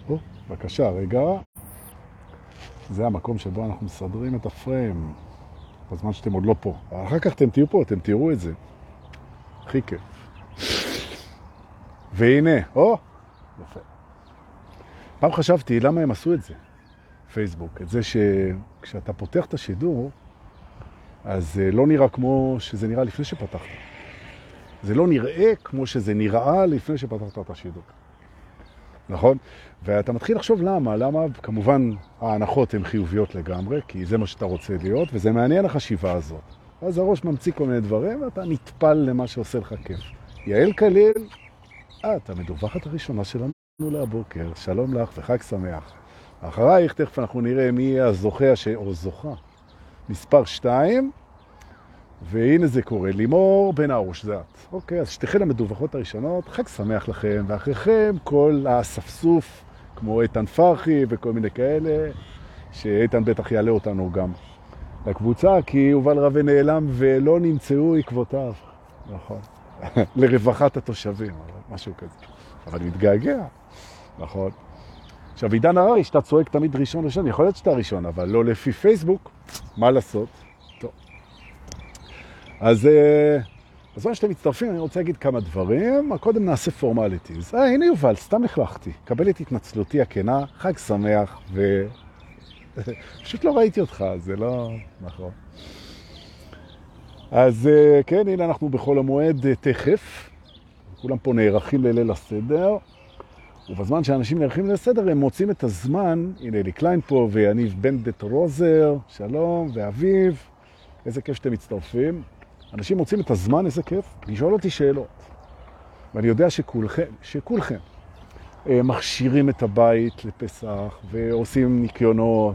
בבקשה, רגע. זה המקום שבו אנחנו מסדרים את הפריים, בזמן שאתם עוד לא פה. אחר כך אתם תהיו פה, אתם תראו את זה. הכי כיף. והנה, יפה. פעם חשבתי למה הם עשו את זה, פייסבוק. את זה שכשאתה פותח את השידור, אז לא נראה כמו שזה נראה לפני שפתחת. זה לא נראה כמו שזה נראה לפני שפתחת את השידור. נכון? ואתה מתחיל לחשוב למה, כמובן ההנחות הן חיוביות לגמרי, כי זה מה שאתה רוצה להיות, וזה מעניין החשיבה הזאת. אז הראש ממציא כל מיני דברים, ואתה נטפל למה שעושה לך כיף. יעל קליל, את המדווחת הראשונה שלנו להבוקר, שלום לך וחג שמח. אחרייך תכף אנחנו נראה מי יהיה הזוכה או זוכה. מספר 2, והנה זה קורה, לימור בן ארוש, זה את. אוקיי, אז שתכן המדווחות הראשונות, חג שמח לכם, ואחריכם כל הספסוף, כמו איתן פרחי וכל מיני כאלה, שאיתן בטח יעלה אותנו גם לקבוצה, כי יובל רווה נעלם ולא נמצאו עקבותיו. נכון. לרווחת התושבים, משהו כזה. אבל מתגעגע, נכון. עכשיו, עידן הררי, שאתה צועק תמיד ראשון, יכול להיות שאתה ראשון, אבל לא לפי פייסבוק, מה לעשות? טוב. אז בזמן שאתם מצטרפים, אני רוצה להגיד כמה דברים. קודם נעשה פורמליטיז. הנה יובל, סתם החלכתי. קבל את התנצלותי הכנה, חג שמח, פשוט לא ראיתי אותך, זה לא נכון. אז כן, הנה אנחנו בכל המועד תכף. כולם פה נערכים לליל הסדר. ובזמן שאנשים נערכים לליל הסדר, הם מוצאים את הזמן. הנה אלי קליין פה, ויניב בנדט רוזר, שלום, ואביב. איזה כיף שאתם מצטרפים. אנשים מוצאים את הזמן, איזה כיף, לשאול אותי שאלות. ואני יודע שכולכם מכשירים את הבית לפסח, ועושים ניקיונות,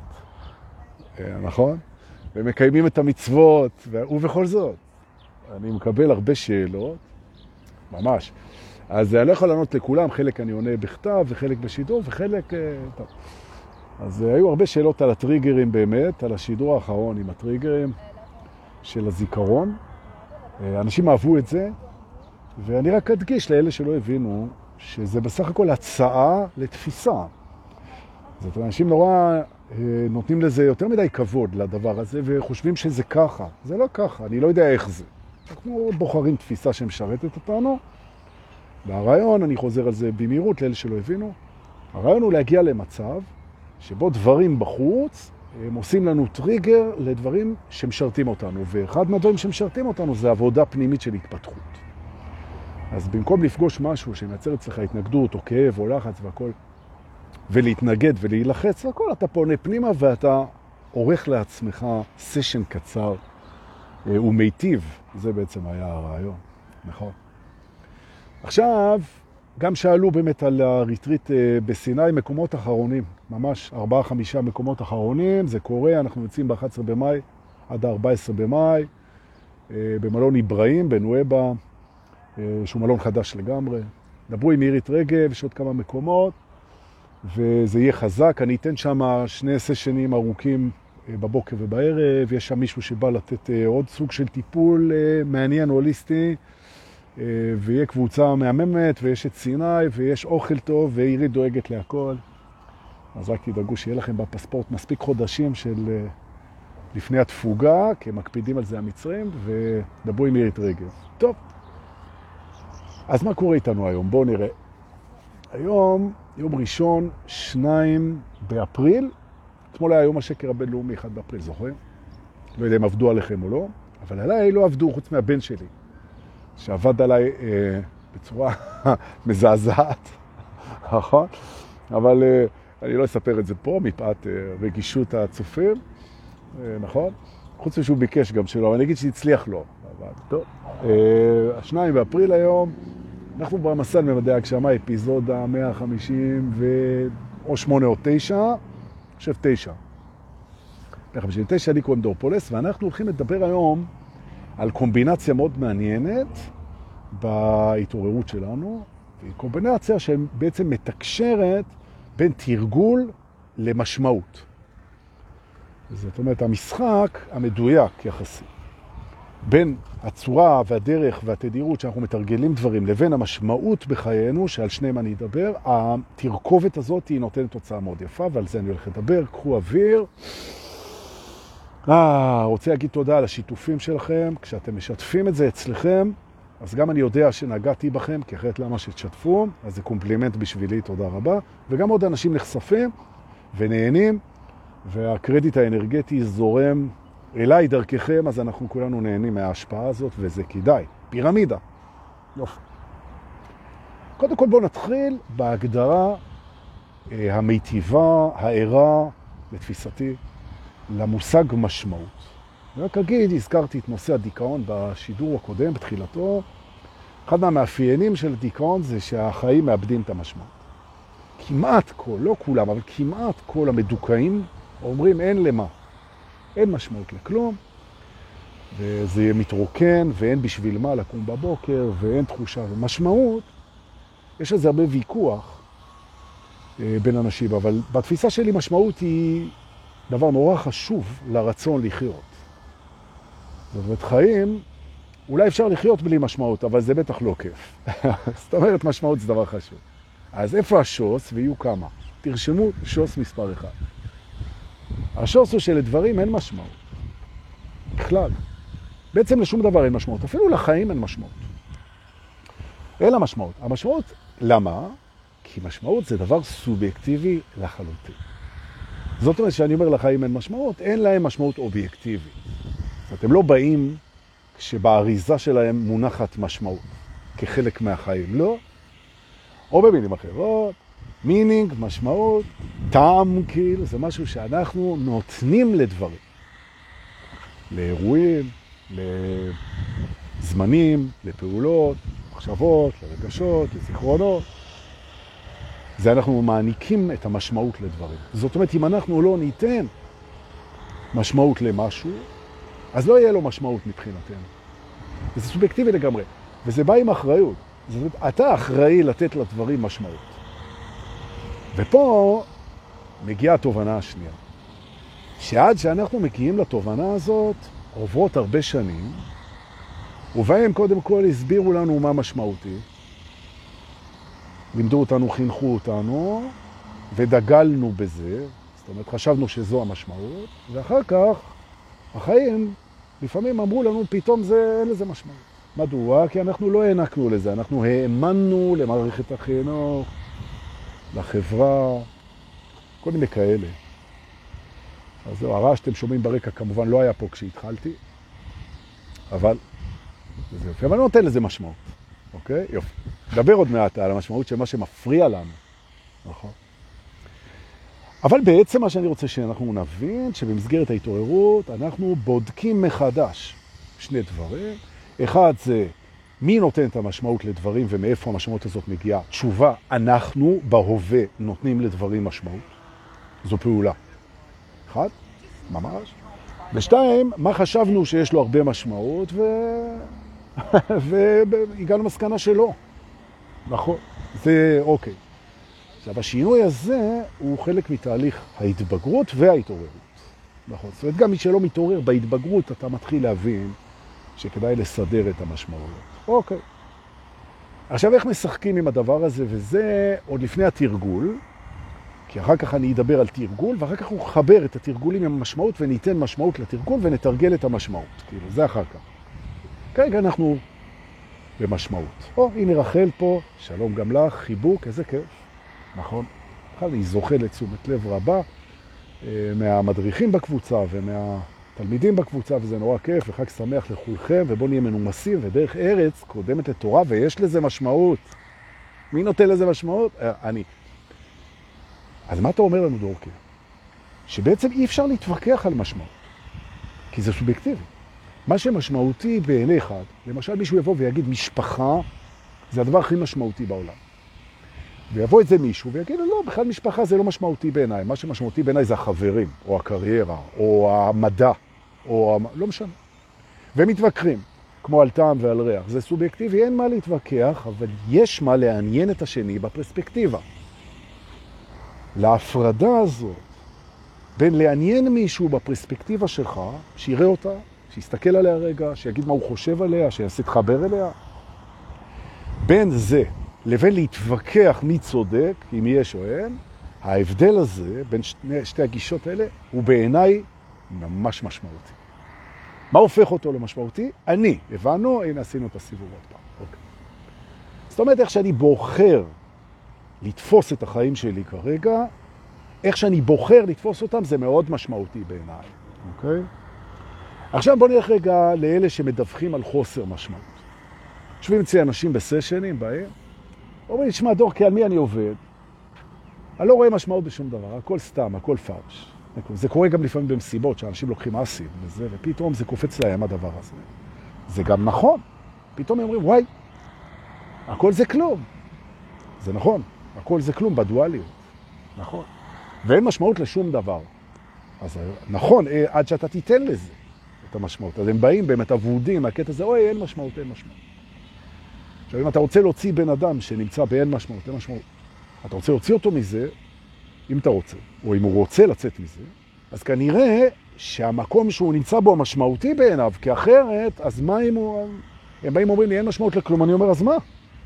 נכון? ומקיימים את המצוות, ובכל זאת, אני מקבל הרבה שאלות, ממש. אז אני לא יכול לענות לכולם, חלק אני עונה בכתב, וחלק בשידור, וחלק... טוב. אז היו הרבה שאלות על הטריגרים באמת, על השידור האחרון עם הטריגרים של הזיכרון. אנשים אהבו את זה, ואני רק אדגיש לאלה שלא הבינו שזה בסך הכל הצעה לתפיסה. זאת אומרת, אנשים נורא נותנים לזה יותר מדי כבוד לדבר הזה, וחושבים שזה ככה. זה לא ככה, אני לא יודע איך זה. כמו בוחרים תפיסה שמשרתת אותנו, והרעיון, אני חוזר על זה במהירות לאלה שלא הבינו, הרעיון הוא להגיע למצב שבו דברים בחוץ, הם עושים לנו טריגר לדברים שמשרתים אותנו, ואחד מהדברים שמשרתים אותנו זה עבודה פנימית של התפתחות. אז במקום לפגוש משהו שמייצר אצלך התנגדות או כאב או לחץ והכל, ולהתנגד ולהילחץ והכל, אתה פונה פנימה ואתה עורך לעצמך סשן קצר ומיטיב. זה בעצם היה הרעיון, נכון? עכשיו, גם שאלו באמת על הריטריט בסיני, מקומות אחרונים, ממש 4-5 מקומות אחרונים, זה קורה, אנחנו יוצאים ב-11 במאי עד ה-14 במאי, במלון איברהים, בנואבה, שהוא מלון חדש לגמרי. דברו עם מירית רגב, יש עוד כמה מקומות, וזה יהיה חזק. אני אתן שם 2 סשנים ארוכים בבוקר ובערב, יש שם מישהו שבא לתת עוד סוג של טיפול מעניין, הוליסטי, ויהיה קבוצה מהממת, ויש את סיני, ויש אוכל טוב, ועירית דואגת להכל. אז רק תדאגו שיהיה לכם בפספורט מספיק חודשים של לפני התפוגה, כי הם מקפידים על זה המצרים, ודברו עם עירית רגב. טוב, אז מה קורה איתנו היום? בואו נראה. היום, יום ראשון, 2 באפריל, אתמול היה יום השקר הבינלאומי, 1 באפריל, זוכרים? לא יודע אם עבדו עליכם או לא, אבל עליי לא עבדו חוץ מהבן שלי. שעבד עליי בצורה מזעזעת, נכון? אבל אני לא אספר את זה פה, מפאת רגישות הצופים, נכון? חוץ משהו ביקש גם שלו, אבל אני אגיד שהצליח לו. אבל, טוב. 2 באפריל היום, אנחנו במסע ממדעי הגשמה, אפיזודה 150 או 8 או 9, אני חושב 9. 159, אני קוראים דורפולס, ואנחנו הולכים לדבר היום על קומבינציה מאוד מעניינת בהתעוררות שלנו, והיא קומבינציה שבעצם מתקשרת בין תרגול למשמעות. זאת אומרת, המשחק המדויק יחסי. בין הצורה והדרך והתדירות שאנחנו מתרגלים דברים לבין המשמעות בחיינו, שעל שניהם אני אדבר, התרכובת הזאת היא נותנת תוצאה מאוד יפה, ועל זה אני הולך לדבר. קחו אוויר. רוצה להגיד תודה על השיתופים שלכם. כשאתם משתפים את זה אצלכם, אז גם אני יודע שנגעתי בכם, כי אחרת למה שתשתפו, אז זה קומפלימנט בשבילי, תודה רבה. וגם עוד אנשים נחשפים ונהנים, והקרדיט האנרגטי זורם אליי דרככם, אז אנחנו כולנו נהנים מההשפעה הזאת, וזה כדאי. פירמידה. יופי. קודם כל בואו נתחיל בהגדרה המיטיבה, הערה, לתפיסתי, למושג משמעות. רק אגיד, הזכרתי את נושא הדיכאון בשידור הקודם, בתחילתו. אחד מהמאפיינים של דיכאון זה שהחיים מאבדים את המשמעות. כמעט כל, לא כולם, אבל כמעט כל המדוכאים אומרים אין למה. אין משמעות לכלום, וזה מתרוקן, ואין בשביל מה לקום בבוקר, ואין תחושה ומשמעות. יש לזה הרבה ויכוח בין אנשים, אבל בתפיסה שלי משמעות היא דבר נורא חשוב לרצון לחיות. זאת אומרת, חיים, אולי אפשר לחיות בלי משמעות, אבל זה בטח לא כיף. זאת אומרת, משמעות זה דבר חשוב. אז איפה השוס? ויהיו כמה. תרשמו שוס מספר 1. השוס הוא שלדברים אין משמעות. בכלל. בעצם לשום דבר אין משמעות. אפילו לחיים אין משמעות. אין לה משמעות. המשמעות, למה? כי משמעות זה דבר סובייקטיבי לחלוטין. זאת אומרת שאני אומר לחיים אין משמעות, אין להם משמעות אובייקטיבית. זאת אומרת, הם לא באים כשבאריזה שלהם מונחת משמעות, כחלק מהחיים. לא. או במילים אחרות, מינינג, משמעות, טעם, כאילו, זה משהו שאנחנו נותנים לדברים. לאירועים, לזמנים, לפעולות, מחשבות, לרגשות, לזיכרונות. זה אנחנו מעניקים את המשמעות לדברים. זאת אומרת, אם אנחנו לא ניתן משמעות למשהו, אז לא יהיה לו משמעות מבחינתנו. וזה סובייקטיבי לגמרי. וזה בא עם אחריות. זאת אומרת, אתה אחראי לתת לדברים משמעות. ופה מגיעה התובנה השנייה. שעד שאנחנו מגיעים לתובנה הזאת, עוברות הרבה שנים, ובהם קודם כל הסבירו לנו מה משמעותי. לימדו אותנו, חינכו אותנו, ודגלנו בזה. זאת אומרת, חשבנו שזו המשמעות, ואחר כך החיים לפעמים אמרו לנו, פתאום אין לזה משמעות. מדוע? כי אנחנו לא הענקנו לזה, אנחנו האמנו למערכת החינוך, לחברה, כל מיני כאלה. אז זהו, הרעש שאתם שומעים ברקע כמובן לא היה פה כשהתחלתי, אבל זה יופי. אבל אני נותן לזה משמעות, אוקיי? יופי. נדבר עוד מעט על המשמעות של מה שמפריע לנו, נכון? אבל בעצם מה שאני רוצה שאנחנו נבין, שבמסגרת ההתעוררות אנחנו בודקים מחדש שני דברים. אחד זה מי נותן את המשמעות לדברים ומאיפה המשמעות הזאת מגיעה. תשובה, אנחנו בהווה נותנים לדברים משמעות. זו פעולה. אחד, ממש. ושתיים, מה חשבנו שיש לו הרבה משמעות והגענו מסקנה שלא. נכון, זה אוקיי. עכשיו, השינוי הזה הוא חלק מתהליך ההתבגרות וההתעוררות. נכון, זאת אומרת, גם מי שלא מתעורר בהתבגרות, אתה מתחיל להבין שכדאי לסדר את המשמעויות. אוקיי. עכשיו, איך משחקים עם הדבר הזה? וזה עוד לפני התרגול, כי אחר כך אני אדבר על תרגול, ואחר כך הוא חבר את התרגולים עם המשמעות, וניתן משמעות לתרגול ונתרגל את המשמעות. כאילו, זה אחר כך. כרגע אנחנו במשמעות. הנה רחל פה, שלום גם לך, חיבוק, איזה כיף. נכון? אני זוכה לתשומת לב רבה מהמדריכים בקבוצה ומהתלמידים בקבוצה, וזה נורא כיף, וחג שמח לכולכם, ובואו נהיה מנומסים, ודרך ארץ קודמת לתורה, ויש לזה משמעות. מי נותן לזה משמעות? אני. אז מה אתה אומר לנו, דורקי? שבעצם אי אפשר להתווכח על משמעות, כי זה סובייקטיבי. מה שמשמעותי בעיני אחד, למשל מישהו יבוא ויגיד משפחה, זה הדבר הכי משמעותי בעולם. ויבוא את זה מישהו ויגיד, לא, בכלל משפחה זה לא משמעותי בעיניי. מה שמשמעותי בעיניי זה החברים, או הקריירה, או המדע, או לא משנה. והם מתווכחים, כמו על טעם ועל ריח. זה סובייקטיבי, אין מה להתווכח, אבל יש מה לעניין את השני בפרספקטיבה. להפרדה הזאת, בין לעניין מישהו בפרספקטיבה שלך, שיראה אותה, שיסתכל עליה רגע, שיגיד מה הוא חושב עליה, שינסה להתחבר אליה. בין זה לבין להתווכח מי צודק, אם יש או אין, ההבדל הזה בין שתי הגישות האלה הוא בעיניי ממש משמעותי. מה הופך אותו למשמעותי? הבנו, הנה עשינו את הסיבוב עוד פעם. אוקיי. זאת אומרת, איך שאני בוחר לתפוס את החיים שלי כרגע, איך שאני בוחר לתפוס אותם, זה מאוד משמעותי בעיניי. אוקיי? עכשיו בוא נלך רגע לאלה שמדווחים על חוסר משמעות. יושבים אצלי אנשים בסשנים, בהם, אומרים, תשמע, דורקי, על מי אני עובד? אני לא רואה משמעות בשום דבר, הכל סתם, הכל פרש. זה קורה גם לפעמים במסיבות, שאנשים לוקחים אסיד וזה, ופתאום זה קופץ להם הדבר הזה. זה גם נכון. פתאום הם אומרים, וואי, הכל זה כלום. זה נכון, הכל זה כלום בדואליות. נכון. ואין משמעות לשום דבר. אז נכון, עד שאתה תיתן לזה את המשמעות. אז הם באים באמת עבודים, הקטע הזה, אוי, אין משמעות, אין משמעות. עכשיו, אם אתה רוצה להוציא בן אדם שנמצא באין משמעות, אין משמעות, אתה רוצה להוציא אותו מזה, אם אתה רוצה, או אם הוא רוצה לצאת מזה, אז כנראה שהמקום שהוא נמצא בו משמעותי בעיניו, כי אחרת, אז מה אם הוא... הם באים ואומרים לי, אין משמעות לכלום, אני אומר, אז מה?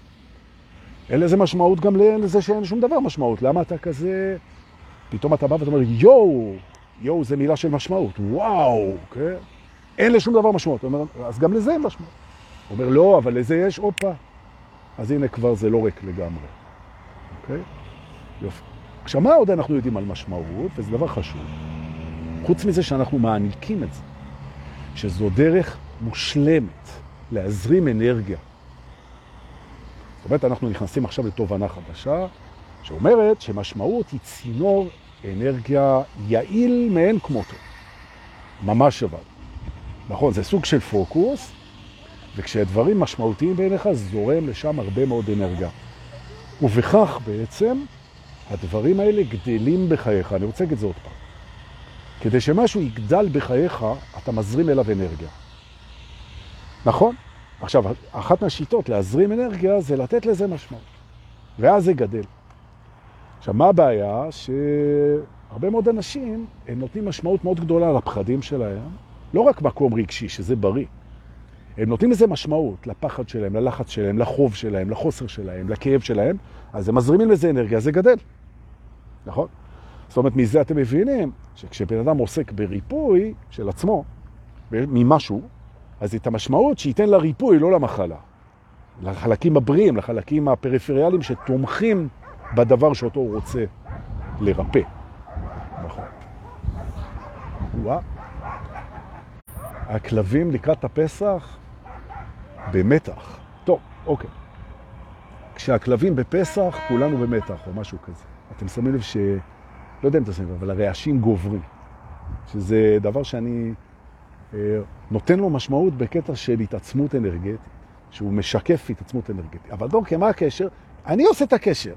אין לזה משמעות גם לזה שאין שום דבר משמעות. למה אתה כזה... פתאום אתה בא ואתה אומר, יואו, זה מילה של משמעות, וואו, כן? אין לשום דבר משמעות. הוא אומר, אז גם לזה אין משמעות. הוא אומר, לא, אבל לזה יש, אופה. אז הנה כבר זה לא ריק לגמרי. אוקיי? יופי. עכשיו, מה עוד אנחנו יודעים על משמעות, וזה דבר חשוב. חוץ מזה שאנחנו מעניקים את זה, שזו דרך מושלמת להזרים אנרגיה. זאת אומרת, אנחנו נכנסים עכשיו לתובנה חדשה, שאומרת שמשמעות היא צינור אנרגיה יעיל מאין כמותו. ממש אבל. נכון, זה סוג של פוקוס, וכשהדברים משמעותיים בעיניך, זורם לשם הרבה מאוד אנרגיה. ובכך בעצם הדברים האלה גדלים בחייך. אני רוצה להגיד את זה עוד פעם. כדי שמשהו יגדל בחייך, אתה מזרים אליו אנרגיה. נכון? עכשיו, אחת מהשיטות להזרים אנרגיה זה לתת לזה משמעות. ואז זה גדל. עכשיו, מה הבעיה? שהרבה מאוד אנשים, הם נותנים משמעות מאוד גדולה לפחדים שלהם. לא רק מקום רגשי, שזה בריא. הם נותנים לזה משמעות, לפחד שלהם, ללחץ שלהם, לחוב שלהם, לחוסר שלהם, לכאב שלהם, אז הם מזרימים לזה אנרגיה, זה גדל. נכון? זאת אומרת, מזה אתם מבינים שכשבן אדם עוסק בריפוי של עצמו, ממשהו, אז את המשמעות שייתן לריפוי, לא למחלה. לחלקים הבריאים, לחלקים הפריפריאליים שתומכים בדבר שאותו הוא רוצה לרפא. נכון. הכלבים לקראת הפסח במתח. טוב, אוקיי. כשהכלבים בפסח, כולנו במתח או משהו כזה. אתם שמים לב לא יודע אם אתם שמים לב, אבל הרעשים גוברים. שזה דבר שאני נותן לו משמעות בקטע של התעצמות אנרגטית, שהוא משקף התעצמות אנרגטית. אבל דורקי, מה הקשר? אני עושה את הקשר.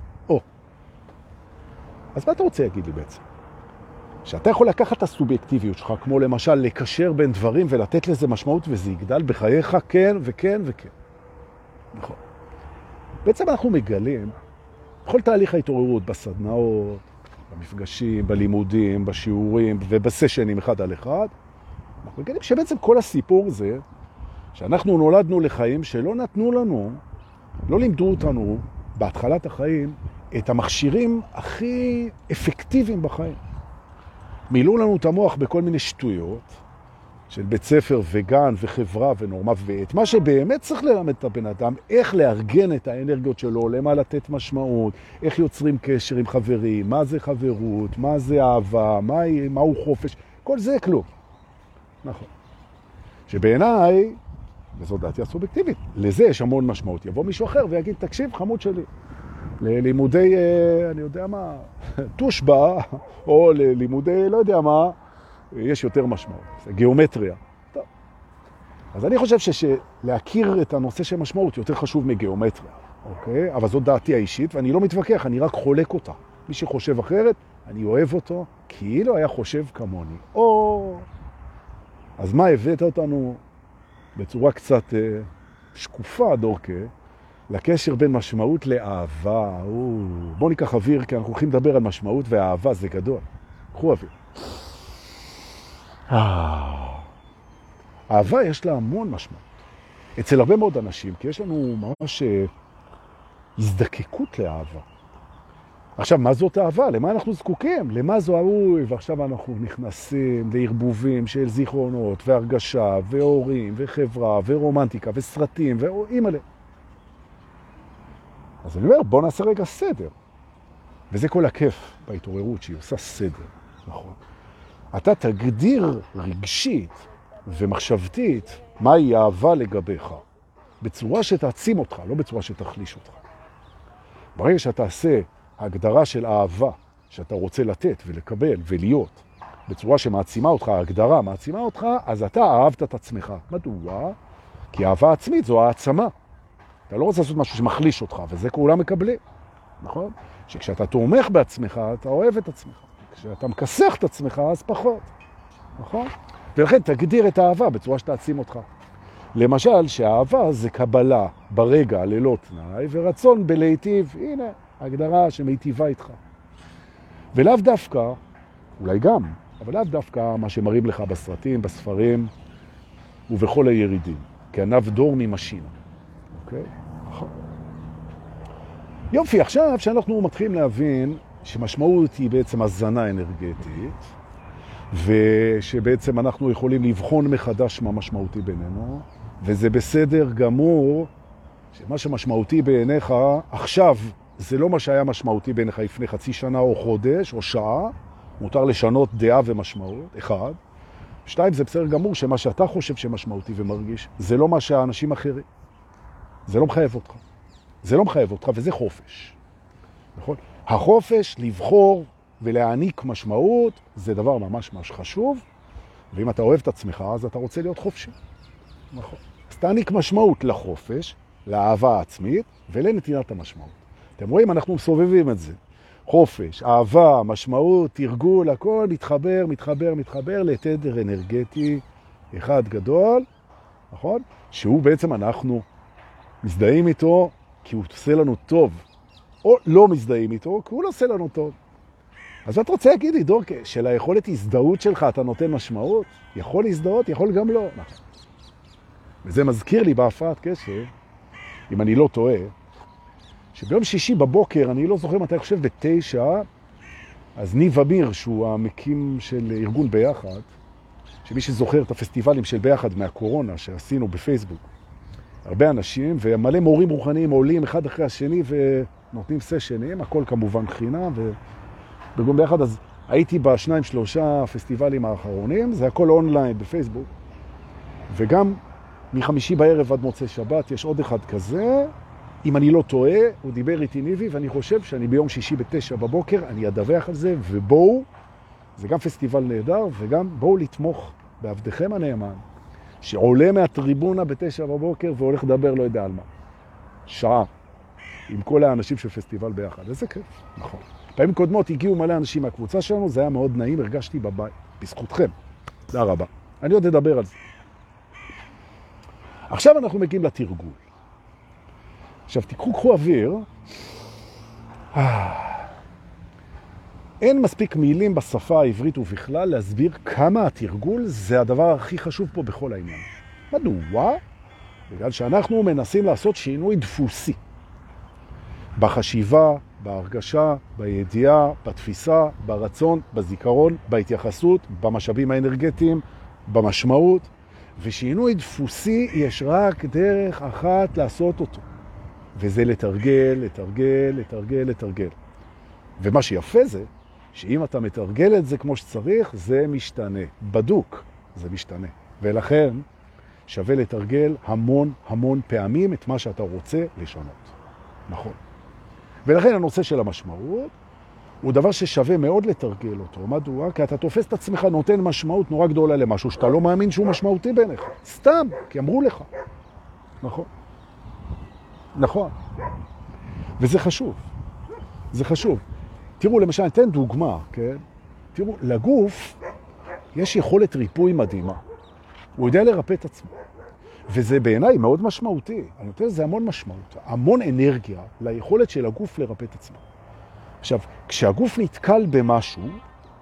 אז מה אתה רוצה להגיד לי בעצם? שאתה יכול לקחת את הסובייקטיביות שלך, כמו למשל לקשר בין דברים ולתת לזה משמעות וזה יגדל בחייך, כן וכן וכן. נכון. בעצם אנחנו מגלים, בכל תהליך ההתעוררות, בסדנאות, במפגשים, בלימודים, בשיעורים ובסשנים אחד על אחד, אנחנו מגלים שבעצם כל הסיפור זה שאנחנו נולדנו לחיים שלא נתנו לנו, לא לימדו אותנו בהתחלת החיים את המכשירים הכי אפקטיביים בחיים. מילאו לנו את המוח בכל מיני שטויות של בית ספר וגן וחברה ונורמה ואת מה שבאמת צריך ללמד את הבן אדם, איך לארגן את האנרגיות שלו, למה לתת משמעות, איך יוצרים קשר עם חברים, מה זה חברות, מה זה אהבה, מהו חופש, כל זה כלום. נכון. שבעיניי, וזאת דעתי הסובייקטיבית, לזה יש המון משמעות. יבוא מישהו אחר ויגיד, תקשיב, חמוד שלי, ללימודי, אני יודע מה, תושבע, או ללימודי, לא יודע מה, יש יותר משמעות. זה גיאומטריה. טוב. אז אני חושב שלהכיר את הנושא של משמעות יותר חשוב מגיאומטריה, אוקיי? אבל זאת דעתי האישית, ואני לא מתווכח, אני רק חולק אותה. מי שחושב אחרת, אני אוהב אותו, כאילו היה חושב כמוני. אז מה הבאת אותנו בצורה קצת שקופה, דורקי, לקשר בין משמעות לאהבה? בוא ניקח אוויר, כי אנחנו הולכים לדבר על משמעות, והאהבה זה גדול. קחו אוויר. אהבה יש לה המון משמעות. אצל הרבה מאוד אנשים, כי יש לנו ממש הזדקקות לאהבה. עכשיו, מה זאת אהבה? למה אנחנו זקוקים? למה זו אהוב? ועכשיו אנחנו נכנסים לערבובים של זיכרונות, והרגשה, והורים, וחברה, ורומנטיקה, וסרטים, ואימאלה. אז אני אומר, בוא נעשה רגע סדר. וזה כל הכיף בהתעוררות שהיא עושה סדר, נכון? אתה תגדיר רגשית ומחשבתית מהי אהבה לגביך, בצורה שתעצים אותך, לא בצורה שתחליש אותך. ברגע שאתה עושה הגדרה של אהבה שאתה רוצה לתת ולקבל ולהיות, בצורה שמעצימה אותך, ההגדרה מעצימה אותך, אז אתה אהבת את עצמך. מדוע? כי אהבה עצמית זו העצמה. אתה לא רוצה לעשות משהו שמחליש אותך, וזה כולם מקבלים, נכון? שכשאתה תומך בעצמך, אתה אוהב את עצמך. כשאתה מקסח את עצמך, אז פחות, נכון? ולכן תגדיר את האהבה בצורה שתעצים אותך. למשל, שהאהבה זה קבלה ברגע ללא תנאי, ורצון בלהיטיב, הנה, הגדרה שמיטיבה איתך. ולאו דווקא, אולי גם, אבל לאו דווקא מה שמראים לך בסרטים, בספרים ובכל הירידים, כענב דור ממשינה. אוקיי? נכון. יופי, עכשיו שאנחנו מתחילים להבין שמשמעות היא בעצם הזנה אנרגטית, ושבעצם אנחנו יכולים לבחון מחדש מה משמעותי בינינו, וזה בסדר גמור שמה שמשמעותי בעיניך עכשיו זה לא מה שהיה משמעותי בעיניך לפני חצי שנה או חודש או שעה, מותר לשנות דעה ומשמעות, אחד. שתיים, זה בסדר גמור שמה שאתה חושב שמשמעותי ומרגיש, זה לא מה שהאנשים אחרים. זה לא מחייב אותך. זה לא מחייב אותך וזה חופש. נכון? החופש לבחור ולהעניק משמעות זה דבר ממש ממש חשוב, ואם אתה אוהב את עצמך אז אתה רוצה להיות חופשי. נכון. אז תעניק משמעות לחופש, לאהבה העצמית ולנתינת המשמעות. אתם רואים, אנחנו מסובבים את זה. חופש, אהבה, משמעות, תרגול, הכל מתחבר לתדר אנרגטי אחד גדול, נכון? שהוא בעצם אנחנו מזדהים איתו כי הוא עושה לנו טוב, או לא מזדהים איתו כי הוא לא עושה לנו טוב. אז את רוצה להגיד לי, דורקה, של היכולת הזדהות שלך אתה נותן משמעות? יכול להזדהות, יכול גם לא. נכון. וזה מזכיר לי בהפרעת קשב, אם אני לא טועה, שביום שישי בבוקר, אני לא זוכר מתי, חושב ב9, אז ניב אמיר, שהוא המקים של ארגון ביחד, שמי שזוכר את הפסטיבלים של ביחד מהקורונה שעשינו בפייסבוק, הרבה אנשים ומלא מורים רוחניים עולים אחד אחרי השני ונותנים סשנים, הכל כמובן חינם, ובארגון ביחד אז הייתי ב2-3 פסטיבלים האחרונים, זה הכל אונליין בפייסבוק, וגם מחמישי בערב עד מוצאי שבת יש עוד אחד כזה, אם אני לא טועה, הוא דיבר איתי ניבי, ואני חושב שאני ביום שישי ב9 בבוקר, אני אדווח על זה, ובואו, זה גם פסטיבל נהדר, וגם בואו לתמוך בעבדכם הנאמן, שעולה מהטריבונה ב9 בבוקר, והולך לדבר לא יודע על מה. שעה, עם כל האנשים של פסטיבל ביחד. איזה כיף, נכון. פעמים קודמות הגיעו מלא אנשים מהקבוצה שלנו, זה היה מאוד נעים, הרגשתי בבית, בזכותכם. תודה רבה. אני עוד אדבר על זה. עכשיו אנחנו מגיעים לתרגול. עכשיו, קחו אוויר. אין מספיק מילים בשפה העברית ובכלל להסביר כמה התרגול זה הדבר הכי חשוב פה בכל העניין. מדוע? בגלל שאנחנו מנסים לעשות שינוי דפוסי. בחשיבה, בהרגשה, בידיעה, בתפיסה, ברצון, בזיכרון, בהתייחסות, במשאבים האנרגטיים, במשמעות. ושינוי דפוסי יש רק דרך אחת לעשות אותו. וזה לתרגל. ומה שיפה זה, שאם אתה מתרגל את זה כמו שצריך, זה משתנה. בדוק, זה משתנה. ולכן שווה לתרגל המון פעמים את מה שאתה רוצה לשנות. נכון. ולכן הנושא של המשמעות הוא דבר ששווה מאוד לתרגל אותו. מדוע? כי אתה תופס את עצמך נותן משמעות נורא גדולה למשהו שאתה לא מאמין שהוא משמעותי בעיניך. סתם, כי אמרו לך. נכון. נכון. וזה חשוב. זה חשוב. תראו, למשל, אני אתן דוגמה, כן? תראו, לגוף יש יכולת ריפוי מדהימה. הוא יודע לרפא את עצמו. וזה בעיניי מאוד משמעותי. אני נותן לזה המון משמעות, המון אנרגיה ליכולת של הגוף לרפא את עצמו. עכשיו, כשהגוף נתקל במשהו,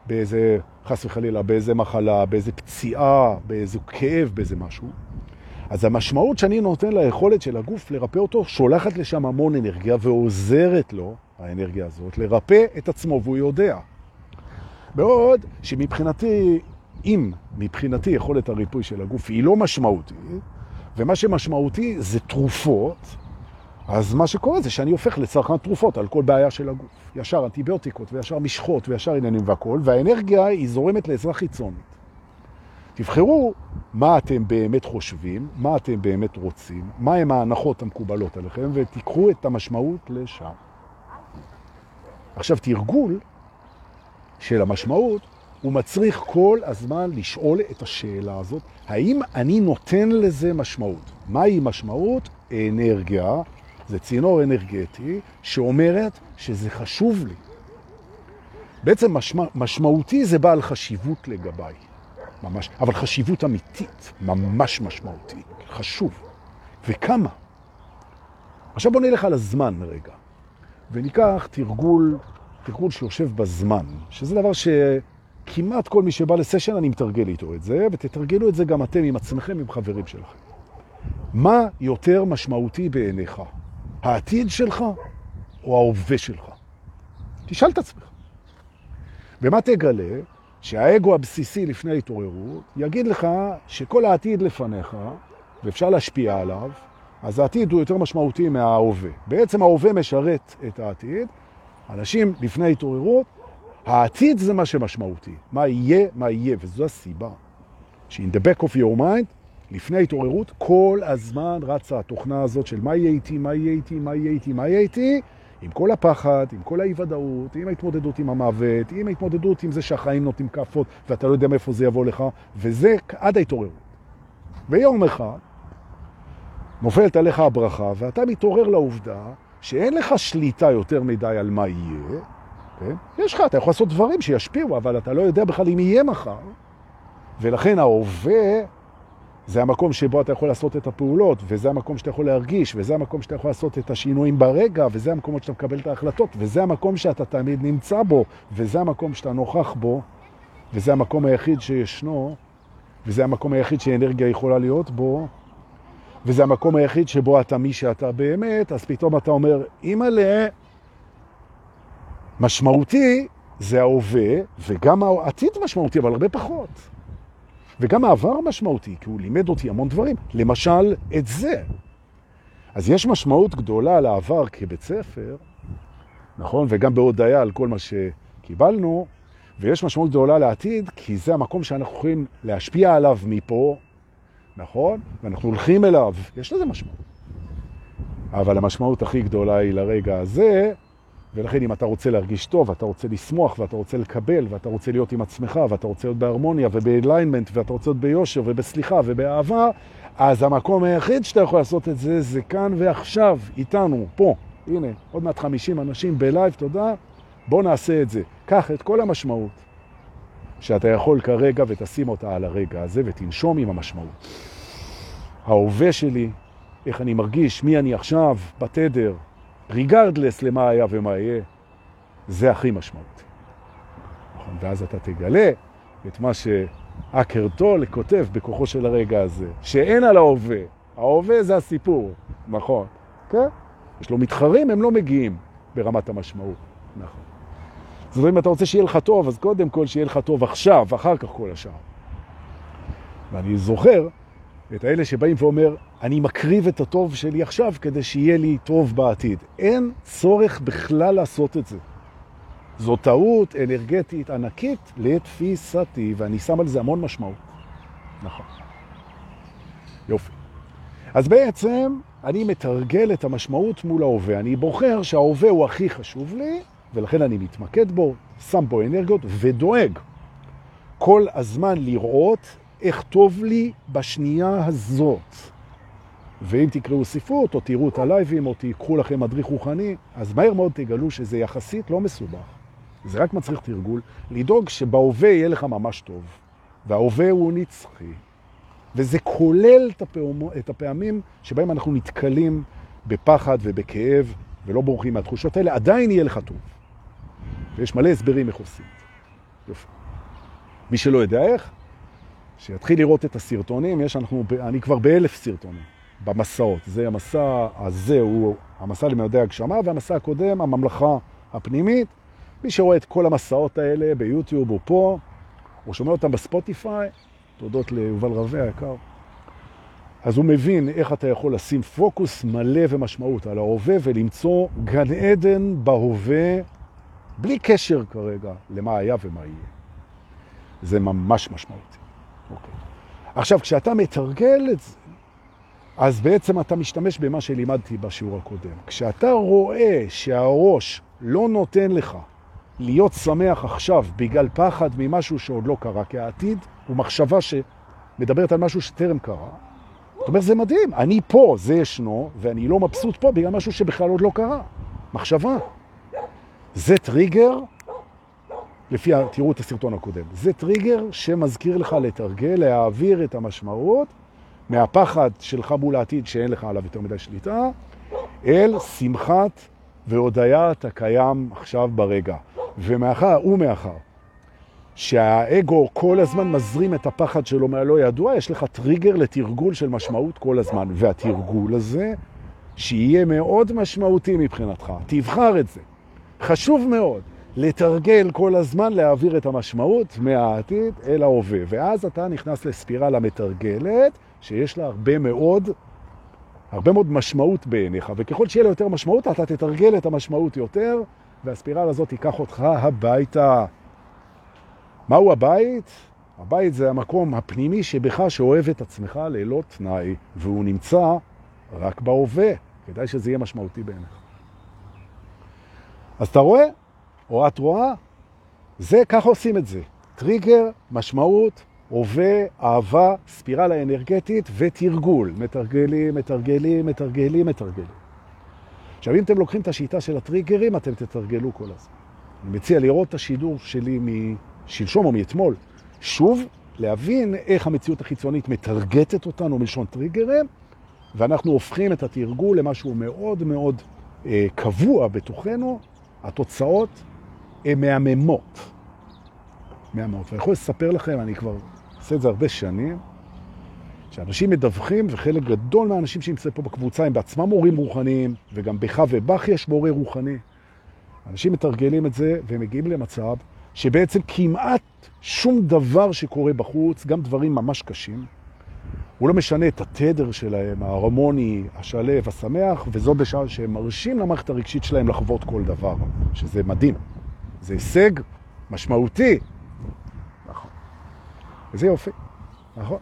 באיזה, חס וחלילה, באיזה מחלה, באיזה פציעה, באיזה כאב, באיזה משהו, אז המשמעות שאני נותן ליכולת של הגוף לרפא אותו, שולחת לשם המון אנרגיה ועוזרת לו, האנרגיה הזאת, לרפא את עצמו, והוא יודע. בעוד שמבחינתי, אם מבחינתי יכולת הריפוי של הגוף היא לא משמעותית, ומה שמשמעותי זה תרופות, אז מה שקורה זה שאני הופך לצרכן תרופות על כל בעיה של הגוף. ישר אנטיביוטיקות וישר משחות וישר עניינים והכל, והאנרגיה היא זורמת לעזרה חיצונית. תבחרו מה אתם באמת חושבים, מה אתם באמת רוצים, מה הם ההנחות המקובלות עליכם, ותיקחו את המשמעות לשם. עכשיו, תרגול של המשמעות הוא מצריך כל הזמן לשאול את השאלה הזאת, האם אני נותן לזה משמעות? מהי משמעות? אנרגיה, זה צינור אנרגטי שאומרת שזה חשוב לי. בעצם משמעותי זה בעל חשיבות לגביי, ממש, אבל חשיבות אמיתית, ממש משמעותית, חשוב. וכמה? עכשיו בוא נלך על הזמן רגע, וניקח תרגול שיושב בזמן, שזה דבר שכמעט כל מי שבא לסשן אני מתרגל איתו את זה, ותתרגלו את זה גם אתם עם עצמכם, עם חברים שלכם. מה יותר משמעותי בעיניך? העתיד שלך או ההווה שלך? תשאל את עצמך. ומה תגלה? שהאגו הבסיסי לפני ההתעוררות יגיד לך שכל העתיד לפניך, ואפשר להשפיע עליו, אז העתיד הוא יותר משמעותי מההווה. בעצם ההווה משרת את העתיד. אנשים לפני ההתעוררות, העתיד זה מה שמשמעותי. מה יהיה, וזו הסיבה. ש-in the back of your mind, לפני ההתעוררות, כל הזמן רצה התוכנה הזאת של מה יהיה איתי, עם כל הפחד, עם כל האי-ודאות, עם ההתמודדות עם המוות, עם ההתמודדות עם זה שהחיים נותנים כפות, ואתה לא יודע מאיפה זה יבוא לך, וזה עד ההתעוררות. ויום אחד, נופלת עליך הברכה, ואתה מתעורר לעובדה שאין לך שליטה יותר מדי על מה יהיה, כן? יש לך, אתה יכול לעשות דברים שישפיעו, אבל אתה לא יודע בכלל אם יהיה מחר, ולכן ההווה זה המקום שבו אתה יכול לעשות את הפעולות, וזה המקום שאתה יכול להרגיש, וזה המקום שאתה יכול לעשות את השינויים ברגע, וזה המקום שאתה מקבל את ההחלטות, וזה המקום שאתה תמיד נמצא בו, וזה המקום שאתה נוכח בו, וזה המקום היחיד שישנו, וזה המקום היחיד שאנרגיה יכולה להיות בו, וזה המקום היחיד שבו אתה מי שאתה באמת, אז פתאום אתה אומר, אימא'לה, משמעותי זה ההווה, וגם העתיד משמעותי, אבל הרבה פחות. וגם העבר משמעותי, כי הוא לימד אותי המון דברים. למשל, את זה. אז יש משמעות גדולה לעבר כבית ספר, נכון? וגם בהודעה על כל מה שקיבלנו, ויש משמעות גדולה לעתיד, כי זה המקום שאנחנו יכולים להשפיע עליו מפה, נכון? ואנחנו הולכים אליו. יש לזה משמעות. אבל המשמעות הכי גדולה היא לרגע הזה, ולכן אם אתה רוצה להרגיש טוב, אתה רוצה לשמוח, ואתה רוצה לקבל, ואתה רוצה להיות עם עצמך, ואתה רוצה להיות בהרמוניה ובאליינמנט, ואתה רוצה להיות ביושר ובסליחה ובאהבה, אז המקום היחיד שאתה יכול לעשות את זה, זה כאן ועכשיו, איתנו, פה. הנה, עוד מעט 50 אנשים בלייב, תודה. בוא נעשה את זה. קח את כל המשמעות שאתה יכול כרגע, ותשים אותה על הרגע הזה, ותנשום עם המשמעות. ההווה שלי, איך אני מרגיש, מי אני עכשיו, בתדר, ריגרדלס למה היה ומה יהיה, זה הכי משמעותי. ואז אתה תגלה את מה שאקר טול כותב בכוחו של הרגע הזה, שאין על ההווה. ההווה זה הסיפור, נכון? כן? יש לו מתחרים, הם לא מגיעים ברמת המשמעות. נכון. זאת אומרת, אם אתה רוצה שיהיה לך טוב, אז קודם כל שיהיה לך טוב עכשיו, אחר כך כל השאר. ואני זוכר את האלה שבאים ואומר, אני מקריב את הטוב שלי עכשיו כדי שיהיה לי טוב בעתיד. אין צורך בכלל לעשות את זה. זו טעות אנרגטית ענקית לתפיסתי, ואני שם על זה המון משמעות. נכון. יופי. אז בעצם אני מתרגל את המשמעות מול ההווה. אני בוחר שההווה הוא הכי חשוב לי, ולכן אני מתמקד בו, שם בו אנרגיות ודואג כל הזמן לראות איך טוב לי בשנייה הזאת. ואם תקראו ספרות, או תראו את הלייבים, או תיקחו לכם מדריך רוחני, אז מהר מאוד תגלו שזה יחסית לא מסובך. זה רק מצריך תרגול, לדאוג שבהווה יהיה לך ממש טוב. וההווה הוא נצחי. וזה כולל את הפעמים שבהם אנחנו נתקלים בפחד ובכאב, ולא בורחים מהתחושות האלה, עדיין יהיה לך טוב. ויש מלא הסברים איך עושים. יופי. מי שלא יודע איך, שיתחיל לראות את הסרטונים, אני כבר ב1,000 סרטונים, במסעות. המסע הזה הוא המסע לממדי הגשמה, והמסע הקודם, הממלכה הפנימית. מי שרואה את כל המסעות האלה ביוטיוב או פה, או שומע אותם בספוטיפיי, תודות ליובל רווה היקר, אז הוא מבין איך אתה יכול לשים פוקוס מלא ומשמעות על ההווה, ולמצוא גן עדן בהווה, בלי קשר כרגע למה היה ומה יהיה. זה ממש משמעותי. אוקיי. עכשיו, כשאתה מתרגל את זה, אז בעצם אתה משתמש במה שלימדתי בשיעור הקודם. כשאתה רואה שהראש לא נותן לך להיות שמח עכשיו בגלל פחד ממשהו שעוד לא קרה, כי העתיד הוא מחשבה שמדברת על משהו שטרם קרה, זאת אומרת, זה מדהים. אני פה, זה ישנו, ואני לא מבסוט פה בגלל משהו שבכלל עוד לא קרה. מחשבה. זה טריגר, תראו את הסרטון הקודם, זה טריגר שמזכיר לך לתרגל, להעביר את המשמעות מהפחד שלך מול העתיד שאין לך עליו יותר מדי שליטה, אל שמחת והודיית הקיים עכשיו ברגע. ומאחר שהאגו כל הזמן מזרים את הפחד שלו מהלא ידוע, יש לך טריגר לתרגול של משמעות כל הזמן. והתרגול הזה, שיהיה מאוד משמעותי מבחינתך, תבחר את זה. חשוב מאוד לתרגל כל הזמן להעביר את המשמעות מהעתיד אל ההווה. ואז אתה נכנס לספירלה מתרגלת, שיש לה הרבה מאוד משמעות בעיניך. וככל שיהיה לה יותר משמעות, אתה תתרגל את המשמעות יותר, והספירלה הזאת תיקח אותך הביתה. מהו הבית? הבית זה המקום הפנימי שבך שאוהב את עצמך ללא תנאי, והוא נמצא רק בהווה. כדאי שזה יהיה משמעותי בעיניך. אז אתה רואה, או את רואה, ככה עושים את זה. טריגר, משמעות, הווה, אהבה, ספירלה אנרגטית ותרגול. מתרגלים. עכשיו, אם אתם לוקחים את השיטה של הטריגרים, אתם תתרגלו כל הזמן. אני מציע לראות את השידור שלי משלשום או מאתמול. שוב, להבין איך המציאות החיצונית מתרגטת אותנו מלשון טריגרים, ואנחנו הופכים את התרגול למשהו מאוד מאוד קבוע בתוכנו. התוצאות הן מהממות. ואני יכול לספר לכם, אני כבר עושה את זה הרבה שנים, שאנשים מדווחים, וחלק גדול מהאנשים שנמצאים פה בקבוצה הם בעצמם מורים רוחניים, וגם בך ובך יש מורה רוחני. אנשים מתרגלים את זה ומגיעים למצב שבעצם כמעט שום דבר שקורה בחוץ, גם דברים ממש קשים, הוא לא משנה את התדר שלהם, ההרמוני, השלב, השמח, וזו בשעה שהם מרשים למערכת הרגשית שלהם לחוות כל דבר, שזה מדהים. זה הישג משמעותי. נכון. וזה יופי. נכון.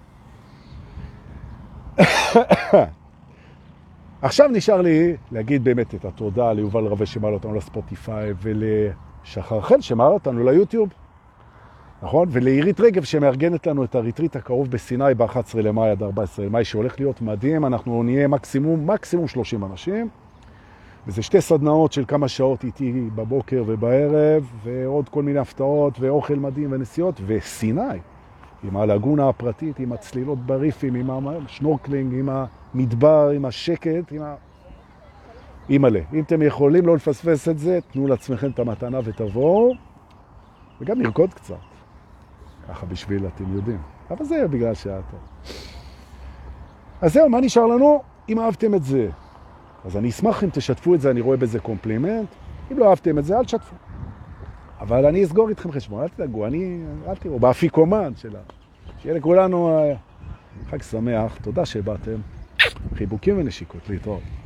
עכשיו נשאר לי להגיד באמת את התודה ליובל רווה שמעלה אותנו לספוטיפיי, ולשחר חן שמעלה אותנו ליוטיוב. נכון? ולעירית רגב שמארגנת לנו את הריטריט הקרוב בסיני ב-11 למאי עד 14 למאי, שהולך להיות מדהים. אנחנו נהיה מקסימום 30 אנשים. וזה 2 סדנאות של כמה שעות איתי בבוקר ובערב, ועוד כל מיני הפתעות, ואוכל מדהים ונסיעות, וסיני, עם הלגונה הפרטית, עם הצלילות בריפים, עם השנורקלינג, עם המדבר, עם השקט, עם מלא. אם אתם יכולים לא לפספס את זה, תנו לעצמכם את המתנה ותבואו, וגם נרקוד קצת. ככה בשביל, אתם יודעים. אבל זה בגלל שאתה. אז זהו, מה נשאר לנו? אם אהבתם את זה, אז אני אשמח אם תשתפו את זה, אני רואה בזה קומפלימנט. אם לא אהבתם את זה, אל תשתפו. אבל אני אסגור איתכם חשבון, אל תדאגו, אל תראו, באפיקומן שלה. שיהיה לכולנו חג שמח, תודה שבאתם. חיבוקים ונשיקות, להתראות.